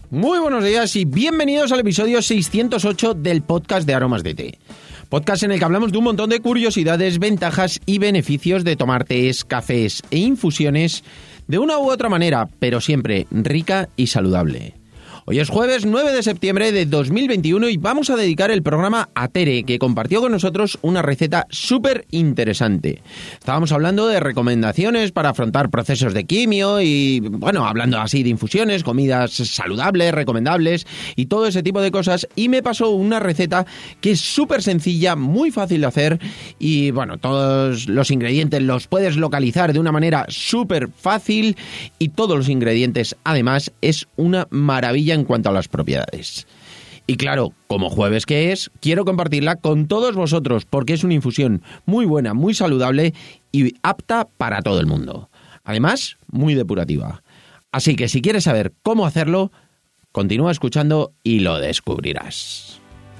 Muy buenos días y bienvenidos al episodio 608 del podcast de Aromas de Té. Podcast en el que hablamos de un montón de curiosidades, ventajas y beneficios de tomar tés, cafés e infusiones de una u otra manera, pero siempre rica y saludable. Hoy es jueves 9 de septiembre de 2021 y vamos a dedicar el programa a Tere, que compartió con nosotros una receta súper interesante. Estábamos hablando de recomendaciones para afrontar procesos de quimio y, bueno, hablando así de infusiones, comidas saludables, recomendables y todo ese tipo de cosas. Y me pasó una receta que es súper sencilla, muy fácil de hacer y, bueno, todos los ingredientes los puedes localizar de una manera súper fácil y todos los ingredientes, además, es una maravilla en cuanto a las propiedades. Y claro, como jueves que es, quiero compartirla con todos vosotros porque es una infusión muy buena, muy saludable y apta para todo el mundo. Además, muy depurativa. Así que si quieres saber cómo hacerlo, continúa escuchando y lo descubrirás.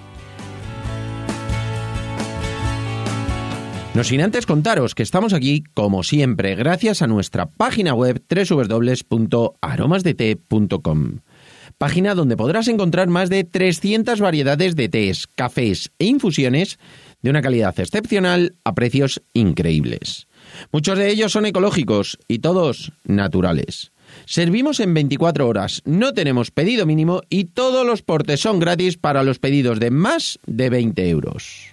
No sin antes contaros que estamos aquí, como siempre, gracias a nuestra página web www.aromasdete.com. Página donde podrás encontrar más de 300 variedades de tés, cafés e infusiones de una calidad excepcional a precios increíbles. Muchos de ellos son ecológicos y todos naturales. Servimos en 24 horas, no tenemos pedido mínimo y todos los portes son gratis para los pedidos de más de 20 euros.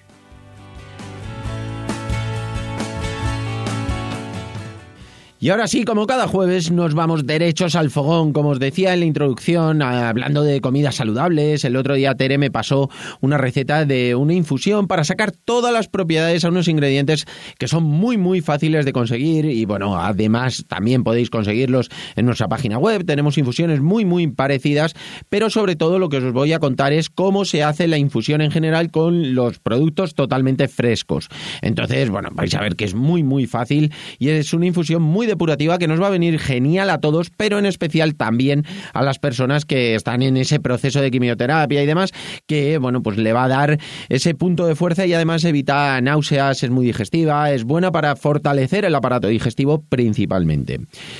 Y ahora sí, como cada jueves, nos vamos derechos al fogón. Como os decía en la introducción, hablando de comidas saludables, el otro día Tere me pasó una receta de una infusión para sacar todas las propiedades a unos ingredientes que son muy, muy fáciles de conseguir. Y bueno, además también podéis conseguirlos en nuestra página web. Tenemos infusiones muy, muy parecidas, pero sobre todo lo que os voy a contar es cómo se hace la infusión en general con los productos totalmente frescos. Entonces, bueno, vais a ver que es muy, muy fácil y es una infusión muy depurativa que nos va a venir genial a todos, pero en especial también a las personas que están en ese proceso de quimioterapia y demás, que bueno, pues le va a dar ese punto de fuerza y además evita náuseas, es muy digestiva, es buena para fortalecer el aparato digestivo principalmente.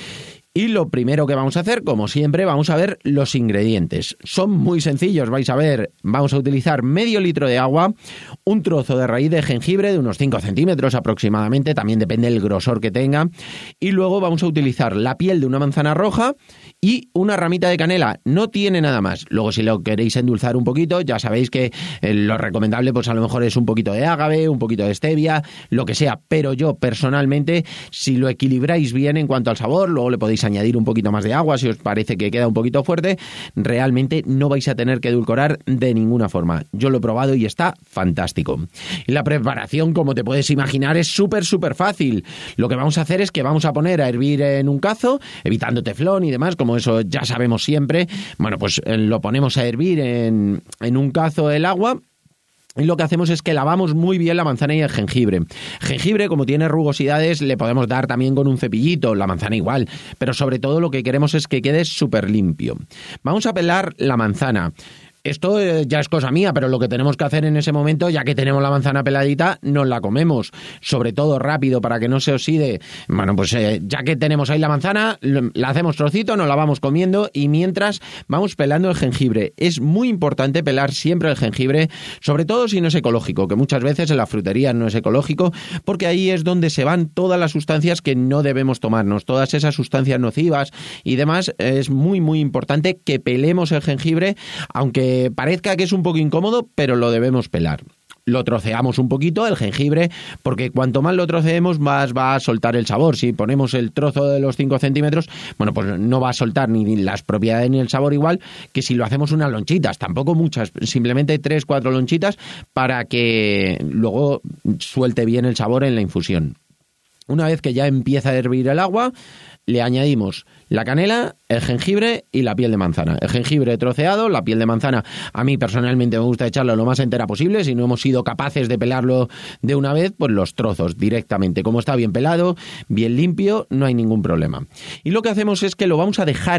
Y lo primero que vamos a hacer, como siempre, vamos a ver los ingredientes. Son muy sencillos, vais a ver. Vamos a utilizar medio litro de agua, un trozo de raíz de jengibre de unos 5 centímetros aproximadamente, también depende del grosor que tenga. Y luego vamos a utilizar la piel de una manzana roja y una ramita de canela. No tiene nada más. Luego, si lo queréis endulzar un poquito, ya sabéis que lo recomendable, pues a lo mejor es un poquito de ágave, un poquito de stevia, lo que sea. Pero yo, personalmente, si lo equilibráis bien en cuanto al sabor, luego le podéis añadir un poquito más de agua si os parece que queda un poquito fuerte, realmente no vais a tener que edulcorar de ninguna forma. Yo lo he probado y está fantástico. Y la preparación, como te puedes imaginar, es súper, súper fácil. Lo que vamos a hacer es que vamos a poner a hervir en un cazo, evitando teflón y demás, como eso ya sabemos siempre. Bueno, pues lo ponemos a hervir en un cazo el agua. Y lo que hacemos es que lavamos muy bien la manzana y el jengibre. Jengibre, como tiene rugosidades, le podemos dar también con un cepillito, la manzana igual, pero sobre todo lo que queremos es que quede súper limpio. Vamos a pelar la manzana. Esto ya es cosa mía, pero lo que tenemos que hacer en ese momento, ya que tenemos la manzana peladita, nos la comemos. Sobre todo rápido para que no se oxide. Bueno, pues ya que tenemos ahí la manzana, la hacemos trocito, nos la vamos comiendo y mientras vamos pelando el jengibre. Es muy importante pelar siempre el jengibre, sobre todo si no es ecológico, que muchas veces en la frutería no es ecológico, porque ahí es donde se van todas las sustancias que no debemos tomarnos, todas esas sustancias nocivas y demás. Es muy, muy importante que pelemos el jengibre, aunque parezca que es un poco incómodo, pero lo debemos pelar. Lo troceamos un poquito, el jengibre, porque cuanto más lo troceemos, más va a soltar el sabor. Si ponemos el trozo de los 5 centímetros, bueno, pues no va a soltar ni las propiedades ni el sabor igual que si lo hacemos unas lonchitas. Tampoco muchas, simplemente 3-4 lonchitas para que luego suelte bien el sabor en la infusión. Una vez que ya empieza a hervir el agua, le añadimos la canela, el jengibre y la piel de manzana. El jengibre troceado, la piel de manzana, a mí personalmente me gusta echarlo lo más entera posible. Si no hemos sido capaces de pelarlo de una vez, pues los trozos directamente. Como está bien pelado, bien limpio, no hay ningún problema. Y lo que hacemos es que lo vamos a dejar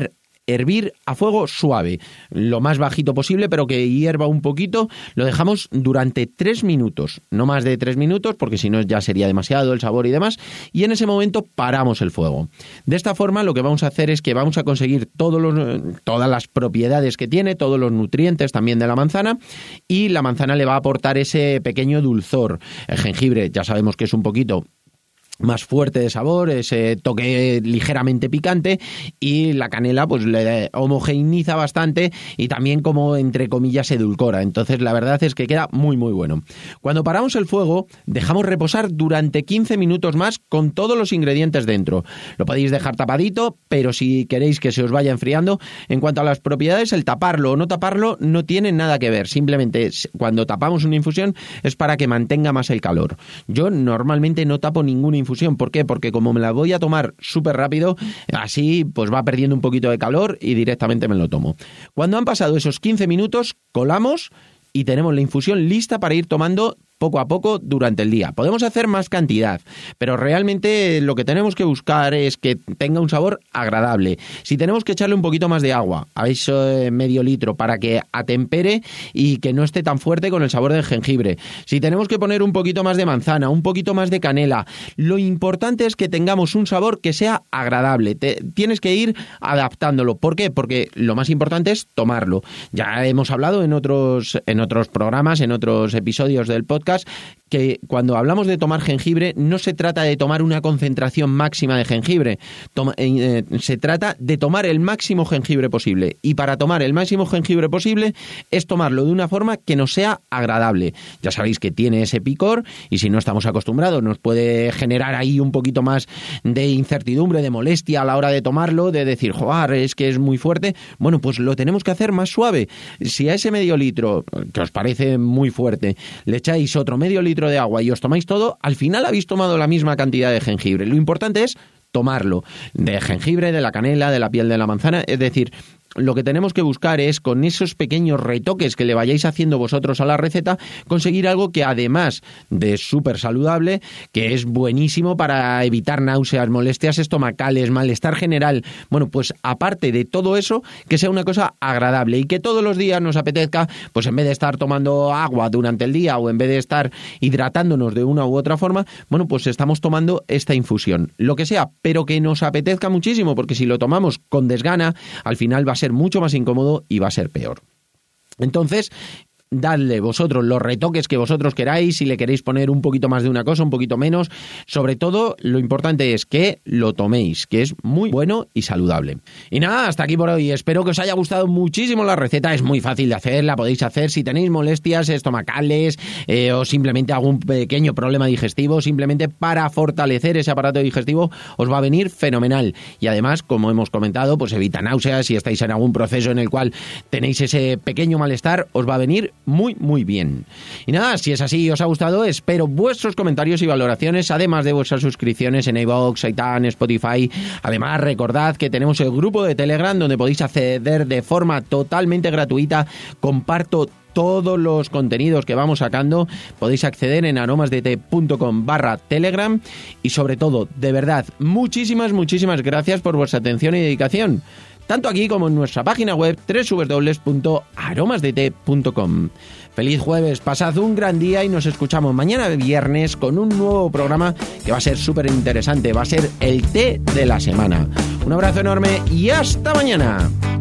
hervir a fuego suave, lo más bajito posible, pero que hierva un poquito. Lo dejamos durante 3 minutos, no más de 3 minutos, porque si no ya sería demasiado el sabor y demás, y en ese momento paramos el fuego. De esta forma lo que vamos a hacer es que vamos a conseguir todas las propiedades que tiene, todos los nutrientes también de la manzana, y la manzana le va a aportar ese pequeño dulzor. El jengibre ya sabemos que es un poquito más fuerte de sabor, ese toque ligeramente picante, y la canela pues le homogeneiza bastante y también, como entre comillas, edulcora. Entonces la verdad es que queda muy muy bueno. Cuando paramos el fuego, dejamos reposar durante 15 minutos más con todos los ingredientes dentro. Lo podéis dejar tapadito, pero si queréis que se os vaya enfriando. En cuanto a las propiedades, el taparlo o no taparlo no tiene nada que ver. Simplemente cuando tapamos una infusión es para que mantenga más el calor. Yo normalmente no tapo ninguna infusión. ¿Por qué? Porque como me la voy a tomar súper rápido, así pues va perdiendo un poquito de calor y directamente me lo tomo. Cuando han pasado esos 15 minutos, colamos y tenemos la infusión lista para ir tomando poco a poco durante el día. Podemos hacer más cantidad, pero realmente lo que tenemos que buscar es que tenga un sabor agradable. Si tenemos que echarle un poquito más de agua, a eso medio litro, para que atempere y que no esté tan fuerte con el sabor del jengibre. Si tenemos que poner un poquito más de manzana, un poquito más de canela, lo importante es que tengamos un sabor que sea agradable. Tienes que ir adaptándolo. ¿Por qué? Porque lo más importante es tomarlo. Ya hemos hablado en otros programas, en otros episodios del podcast, que cuando hablamos de tomar jengibre no se trata de tomar una concentración máxima de jengibre, se trata de tomar el máximo jengibre posible, y para tomar el máximo jengibre posible es tomarlo de una forma que nos sea agradable. Ya sabéis que tiene ese picor y si no estamos acostumbrados nos puede generar ahí un poquito más de incertidumbre, de molestia a la hora de tomarlo, de decir, joder, es que es muy fuerte. Bueno, pues lo tenemos que hacer más suave. Si a ese medio litro, que os parece muy fuerte, le echáis otro medio litro de agua y os tomáis todo, al final habéis tomado la misma cantidad de jengibre. Lo importante es tomarlo, de jengibre, de la canela, de la piel de la manzana, es decir, lo que tenemos que buscar es, con esos pequeños retoques que le vayáis haciendo vosotros a la receta, conseguir algo que, además de súper saludable, que es buenísimo para evitar náuseas, molestias estomacales, malestar general, bueno, pues aparte de todo eso, que sea una cosa agradable y que todos los días nos apetezca, pues en vez de estar tomando agua durante el día o en vez de estar hidratándonos de una u otra forma, bueno, pues estamos tomando esta infusión, lo que sea, pero que nos apetezca muchísimo, porque si lo tomamos con desgana, al final va a ser mucho más incómodo y va a ser peor. Entonces, dadle vosotros los retoques que vosotros queráis, si le queréis poner un poquito más de una cosa, un poquito menos. Sobre todo, lo importante es que lo toméis, que es muy bueno y saludable. Y nada, hasta aquí por hoy. Espero que os haya gustado muchísimo la receta. Es muy fácil de hacer, la podéis hacer si tenéis molestias estomacales o simplemente algún pequeño problema digestivo. Simplemente para fortalecer ese aparato digestivo os va a venir fenomenal. Y además, como hemos comentado, pues evita náuseas. Si estáis en algún proceso en el cual tenéis ese pequeño malestar, os va a venir muy muy bien. Y nada, si es así y os ha gustado, espero vuestros comentarios y valoraciones, además de vuestras suscripciones en iVoox, iTunes, Spotify. Además, recordad que tenemos el grupo de Telegram donde podéis acceder de forma totalmente gratuita. Comparto todos los contenidos que vamos sacando. Podéis acceder en aromasdete.com/Telegram. Y sobre todo, de verdad, muchísimas gracias por vuestra atención y dedicación, tanto aquí como en nuestra página web www.aromasdete.com. Feliz jueves, pasad un gran día y nos escuchamos mañana viernes con un nuevo programa que va a ser súper interesante. Va a ser el té de la semana. Un abrazo enorme y hasta mañana.